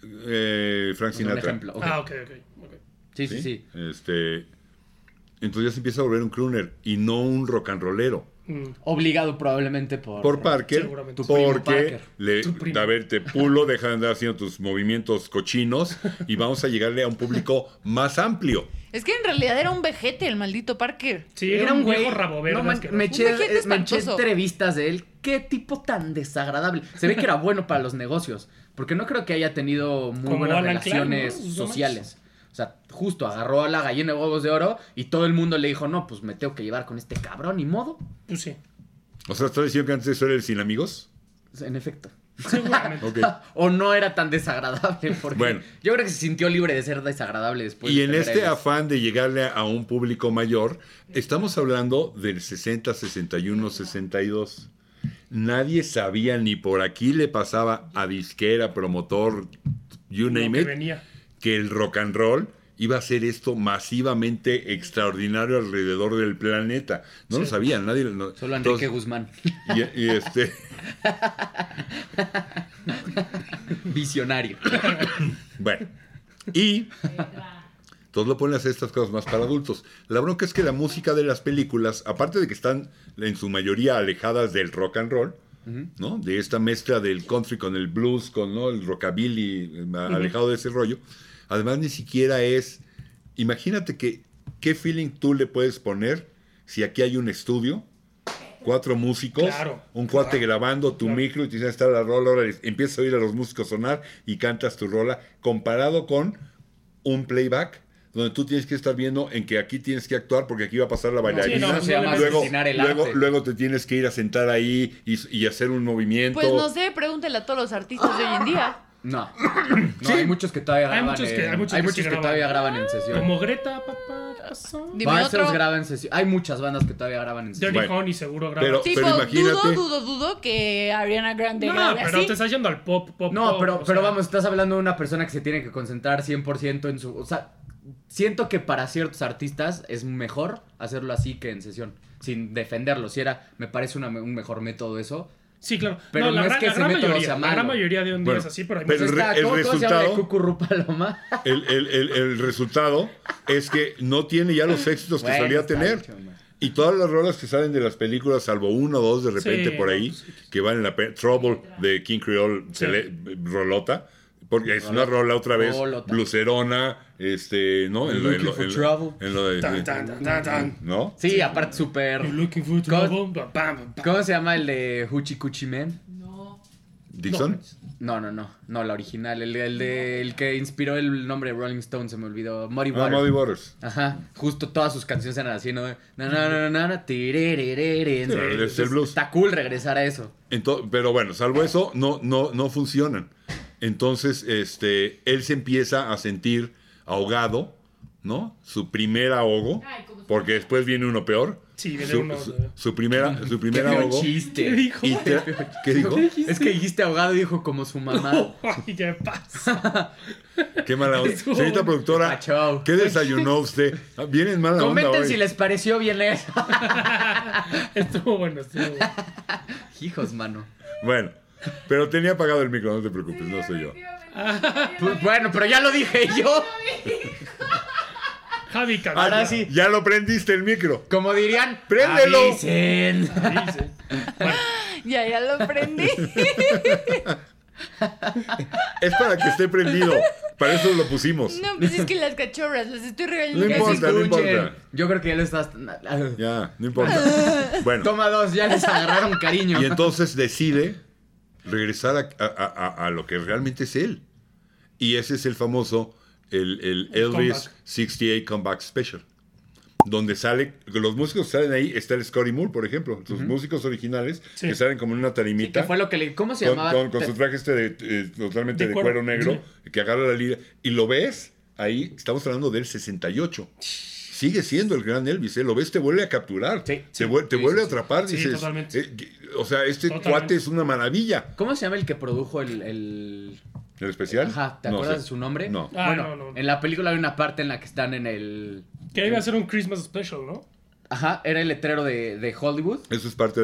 Frank Un Sinatra. ejemplo. ok. Ah, ok. Sí, sí, sí. Entonces ya se empieza a volver un crooner y no un rock and rollero. Obligado probablemente Por Parker, Seguramente. Tu primo porque Parker. Tu primo. a ver, te pulo, deja de andar haciendo tus movimientos cochinos y vamos a llegarle a un público más amplio. Es que en realidad era un vejete el maldito Parker. Sí, era un viejo rabo verde. No, me asqueroso. eché Un vejete espantoso. entrevistas de él. Qué tipo tan desagradable. Se ve que era bueno para los negocios. Porque no creo que haya tenido muy Como buenas Alan Klein, relaciones ¿no? Los sociales. O sea, justo agarró a la gallina de huevos de oro y todo el mundo le dijo, no, pues me tengo que llevar con este cabrón, ni modo. Pues sí. O sea, ¿estás diciendo que antes eso era el sin amigos? En efecto. Seguramente. Ok. O no era tan desagradable. Porque Bueno. yo creo que se sintió libre de ser desagradable después. Y de en tener este a Elvis. afán de llegarle a un público mayor, estamos hablando del 60, 61, 62. Nadie sabía, ni por aquí le pasaba a disquera, promotor, you Lo name que it, venía. que el rock and roll iba a ser esto masivamente extraordinario alrededor del planeta. No lo sabían, nadie. Solo Enrique Guzmán. Y Visionario. Bueno, y todos lo ponen a hacer estas cosas más para adultos. La bronca es que la música de las películas, aparte de que están en su mayoría alejadas del rock and roll, ¿no? De esta mezcla del country con el blues, con ¿no? el rockabilly, alejado de ese rollo. Además, ni siquiera es... Imagínate qué feeling tú le puedes poner si aquí hay un estudio, 4 músicos, Claro, un cuate grabando tu micro y te dicen, está la rola, ahora empiezas a oír a los músicos sonar y cantas tu rola, comparado con un playback donde tú tienes que estar viendo en que aquí tienes que actuar porque aquí va a pasar la bailarina. no, Eso se llama luego, asesinar el arte. luego te tienes que ir a sentar ahí y hacer un movimiento. Pues no sé, pregúntele a todos los artistas de hoy en día. No. No, hay muchos que todavía Hay graban. muchos que- hay muchos hay que muchos sí que graban. todavía graban en sesión. Como Greta, papá, ¿qué pasó? Dime Monsters otro. graba en sesión. Hay muchas bandas que todavía graban en sesión. Dirty Bueno, Honey seguro graba. pero- Tipo, imagínate- dudo que Ariana Grande no, grabe pero así. te estás yendo al pop. No, pop, pero, o pero sea, vamos, estás hablando de una persona que se tiene que concentrar 100% en su... O sea, siento que para ciertos artistas es mejor hacerlo así que en sesión. Sin defenderlo. Si era, me parece un mejor método eso. Sí, claro. Pero no es que ese método sea la malo. gran mayoría de un día Bueno, es así, pero hay pero muchos- el ¿Cómo se llama? resultado- ¿De Cucurru Paloma? El resultado es que no tiene ya los éxitos que Bueno, solía está tener. hecho, man. Y todas las rolas que salen de las películas, salvo una o dos de repente Sí, por ahí, no, pues, que valen la pena. Trouble de King Creole, Sí. rolota. Porque es una rola otra vez, Rolota. blucerona, ¿no? Looking for trouble. en lo de, Tan, tan, tan, tan, tan. ¿no? Sí, aparte súper... You're looking for trouble. Bam, bam, bam. ¿Cómo se llama el de Hoochie Coochie Man? No. Dixon. No, la original. El que inspiró el nombre de Rolling Stone, se me olvidó. Muddy Waters. Muddy Waters. Ajá, justo todas sus canciones eran así, ¿no? Na, tiriririn. Sí, es el blues. Está cool regresar a eso. Pero bueno, salvo eso, no funcionan. Entonces, él se empieza a sentir ahogado, ¿no? Su primer ahogo, Ay, como porque después viene uno peor. Sí, viene Su, uno. su primer Qué feo ahogo. chiste. ¿Qué dijo? ¿Qué dijo? Es que dijiste ahogado y dijo como su mamá. Ay, ¿qué pasa? Qué mala onda. Estuvo Señorita bueno. productora, Pacho. ¿qué desayunó usted? Vienen mala onda Comenten hoy. si les pareció bien eso. Estuvo bueno, estuvo bueno. Hijos, mano. Bueno, pero tenía apagado el micro, no te preocupes, no soy yo. Pues, bueno, pero ya lo dije yo. Javi cagó. Ahora sí. Ya lo prendiste el micro. Como dirían, ¡Préndelo! avisen. Dice. Bueno, Ya lo prendí. Es para que esté prendido. Para eso lo pusimos. No, pues es que las cachorras las estoy regañando. No Que se importa, no escuchen. importa. Yo creo que ya lo estás... Ya, no importa. Bueno, Toma dos, ya les agarraron cariño. y entonces decide regresar a lo que realmente es él. Y ese es el famoso, el Elvis comeback. 68 Comeback Special. Donde sale, los músicos que salen ahí, está el Scotty Moore, por ejemplo. Sus músicos originales, Sí. que salen como en una Sí, tarimita. que fue lo que le... ¿Cómo se con, llamaba? con su traje totalmente De de cuero. cuero negro, que agarra la lira. Y lo ves ahí, estamos hablando del 68. Sigue siendo el gran Elvis, ¿eh? Lo ves, te vuelve a capturar. Sí, te vuelve sí, a atrapar. Sí, Dices, totalmente. o sea, este Totalmente. cuate es una maravilla. ¿Cómo se llama el que produjo el... ¿El especial? Ajá, ¿te No acuerdas sé. de su nombre? No. Ah, Bueno, no. en la película hay una parte en la que están en el... que iba a ser un Christmas special, ¿no? Ajá, era el letrero de Hollywood. Eso es parte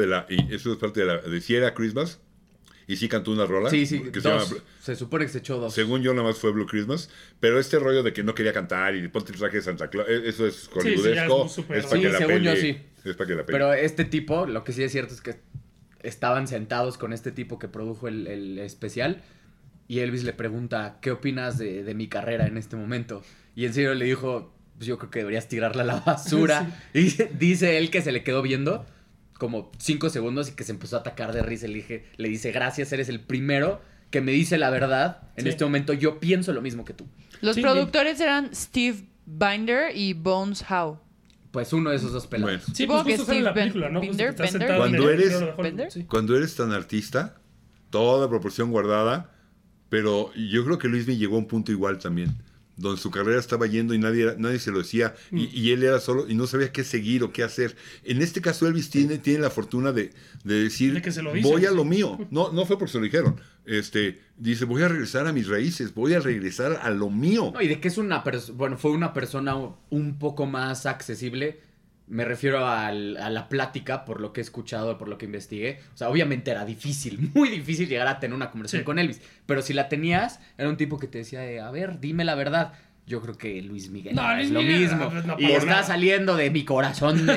de si era Christmas y sí cantó una rola. Sí, que se dos. llama- Se supone que se echó dos. según yo, nada más fue Blue Christmas. Pero este rollo de que no quería cantar y ponte el traje de Santa Claus, eso es hollywoodesco. es súper- es para Sí, que la según yo, peli. sí. Es para que la peli. Pero este tipo, lo que sí es cierto es que estaban sentados con este tipo que produjo el especial y Elvis le pregunta, ¿qué opinas de mi carrera en este momento? Y en serio le dijo, pues yo creo que deberías tirarla a la basura. Y dice él que se le quedó viendo como 5 segundos y que se empezó a atacar de risa. Le dice, gracias, eres el primero que me dice la verdad. En Sí. este momento yo pienso lo mismo que tú. Los Sí, productores eran Steve Binder y Bones Howe. Pues uno de esos dos pelados. Bueno. Sí, Supongo pues que justo sale en la Steve película, ¿no? Justo Bender, que está Bender. sentado en Cuando el eres- letrero de Hollywood, Bender. sí. Cuando eres tan artista, toda proporción guardada, pero yo creo que Luis me llegó a un punto igual también, donde su carrera estaba yendo y nadie se lo decía, y él era solo y no sabía qué seguir o qué hacer. En este caso Elvis tiene la fortuna de decir, De que se lo dicen, voy a lo sí. mío. No fue porque se lo dijeron. Dice, voy a regresar a mis raíces, voy a regresar a lo mío. No, y de que es fue una persona un poco más accesible. Me refiero a la plática, por lo que he escuchado, por lo que investigué. O sea, obviamente era difícil, muy difícil llegar a tener una conversación Sí. con Elvis. Pero si la tenías, era un tipo que te decía, a ver, dime la verdad. Yo creo que Luis Miguel No, es Luis lo Miguel, mismo. no, y para está nada. saliendo de mi corazón.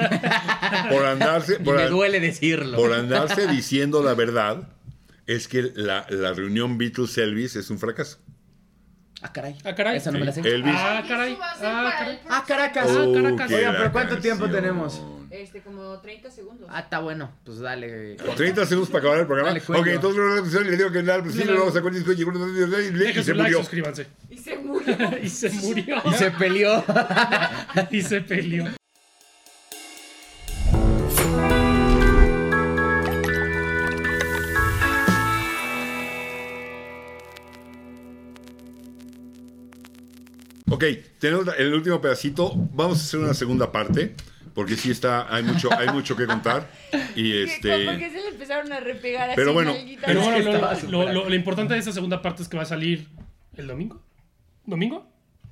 Por andarse, Y por, me an- duele decirlo. por andarse diciendo la verdad, es que la reunión Beatles-Elvis es un fracaso. Ah, caray. Ah, caray. Esa no me la sé. Elvis. Ah, caray. Ah, caray. Ah, Caracas. Oh, Caracas. qué Oigan, la pero ¿cuánto tiempo canción. tenemos? Como 30 segundos. Ah, está bueno. Pues dale. 30 segundos para acabar el programa. Dale, cuello. Ok, entonces le digo que nada, pues sí, No. le vamos a sacar el disco, llegó y Dejen se su like, murió. suscríbanse. Y se murió. Y se murió. Y se peleó. Y se peleó. Ok, tenemos el último pedacito. Vamos a hacer una segunda parte. Porque sí hay mucho que contar. Y Como que se le empezaron a repegar así. Pero bueno, nalguitas. Pero bueno, estaba súper lo importante de esta segunda parte es que va a salir el domingo. ¿Domingo?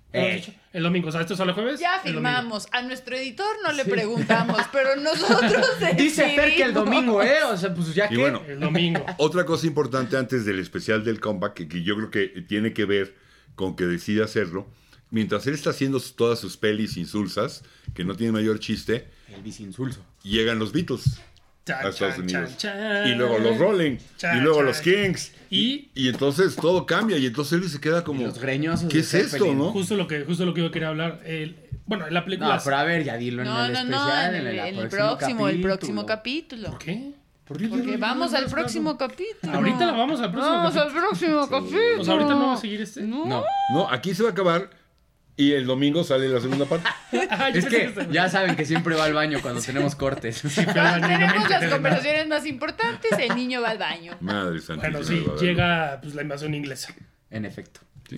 El domingo, o sea, esto sale el jueves. Ya el domingo. firmamos. A nuestro editor no le preguntamos, pero nosotros Dice Fer que el domingo, O sea, pues ya Y que... bueno, El domingo. otra cosa importante antes del especial del comeback, que yo creo que tiene que ver con que decide hacerlo. Mientras él está haciendo todas sus pelis insulsas, que no tiene mayor chiste, Elvis insulso. llegan los Beatles Chan, a Estados chan, Unidos. chan, chan. Y luego los Rolling. Chan, Y luego chan. los Kings. Y entonces todo cambia. Y entonces Elvis se queda como... Y los greñosos ¿Qué de es esto, Zeppelin. no? justo lo que yo quería hablar. Bueno, en la película. No, pero a ver, ya dilo en No, el no, especial, en en el próximo capítulo. ¿Por qué? Porque vamos al próximo capítulo. Ahorita la vamos al próximo Vamos capítulo. al próximo capítulo. O sea, ahorita no va a seguir este. No, No, aquí se va a acabar. Y el domingo sale la segunda parte. Ah, yo es pensé que ya saben que siempre va al baño cuando tenemos cortes. Tenemos las conversaciones más importantes, el niño va al baño. Madre santísima. Bueno, sí, de Guadalupe. llega pues la invasión inglesa. En efecto. Sí.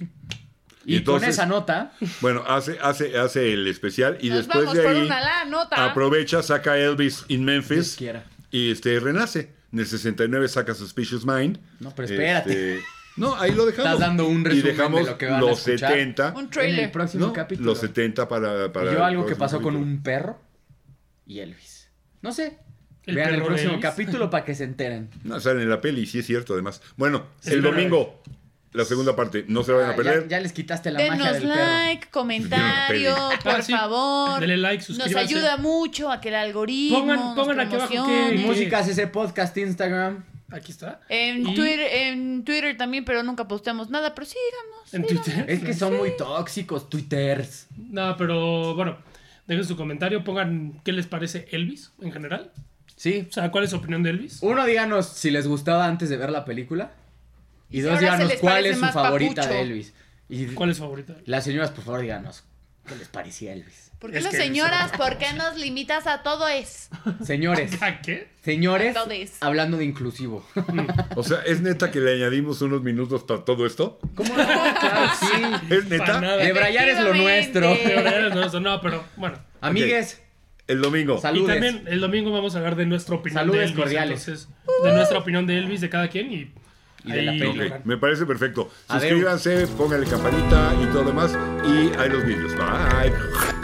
Y entonces- con esa nota, Bueno, hace el especial y Nos después vamos de por ahí una la nota. aprovecha, saca Elvis in Memphis Dios quiera. y renace. En el 69 saca Suspicious Mind. No, pero espérate. No, ahí lo dejamos. Estás dando un y resumen dejamos de lo que van a los escuchar. 70. Un en trailer. el próximo ¿no? capítulo. Los 70 para Y yo algo el que próximo pasó con capítulo. un perro y Elvis. No sé. ¿El Vean el perro de próximo Elvis? capítulo para que se enteren. No, sale en la peli, sí es cierto, además. Bueno, Es el verdad. domingo, la segunda parte. No se vayan a Ah, perder. ya les quitaste la magia Denos del perro. like, comentario, por Ah, sí. favor. Denle like, Nos suscríbanse. ayuda mucho a que el algoritmo Pongan nos aquí abajo promocione. qué- Músicas, ese podcast, Instagram. Aquí está. En Y Twitter también, pero nunca posteamos nada, pero síganos. En síganos. Twitter. Es que son muy tóxicos, twitters. No, pero bueno, dejen su comentario, pongan qué les parece Elvis en general. Sí. O sea, ¿cuál es su opinión de Elvis? Uno, díganos si les gustaba antes de ver la película. Y si dos, ahora se díganos les cuál parece es su más favorita papucho. de Elvis. Y ¿Cuál es su favorita? las señoras, por favor, díganos qué les parecía Elvis. ¿Por qué Es las que- señoras? ¿Por qué nos limitas a todo eso? Señores, ¿A qué? señores, A todes. hablando de inclusivo. O sea, ¿es neta que le añadimos unos minutos para todo esto? ¿Cómo no? Claro, sí. ¿Es Para neta? nada. Debrayar es lo nuestro. Efectivamente. No, pero bueno. Amigues, El domingo. Salud. Y Saludes. también el domingo vamos a hablar de nuestra opinión Saludes de Elvis. cordiales. Entonces, de nuestra opinión de Elvis, de cada quien y de la ahí peli. lo Ok, verán. me parece perfecto. Adeu. Suscríbanse, pónganle campanita y todo lo demás. Y ahí los vídeos. Bye.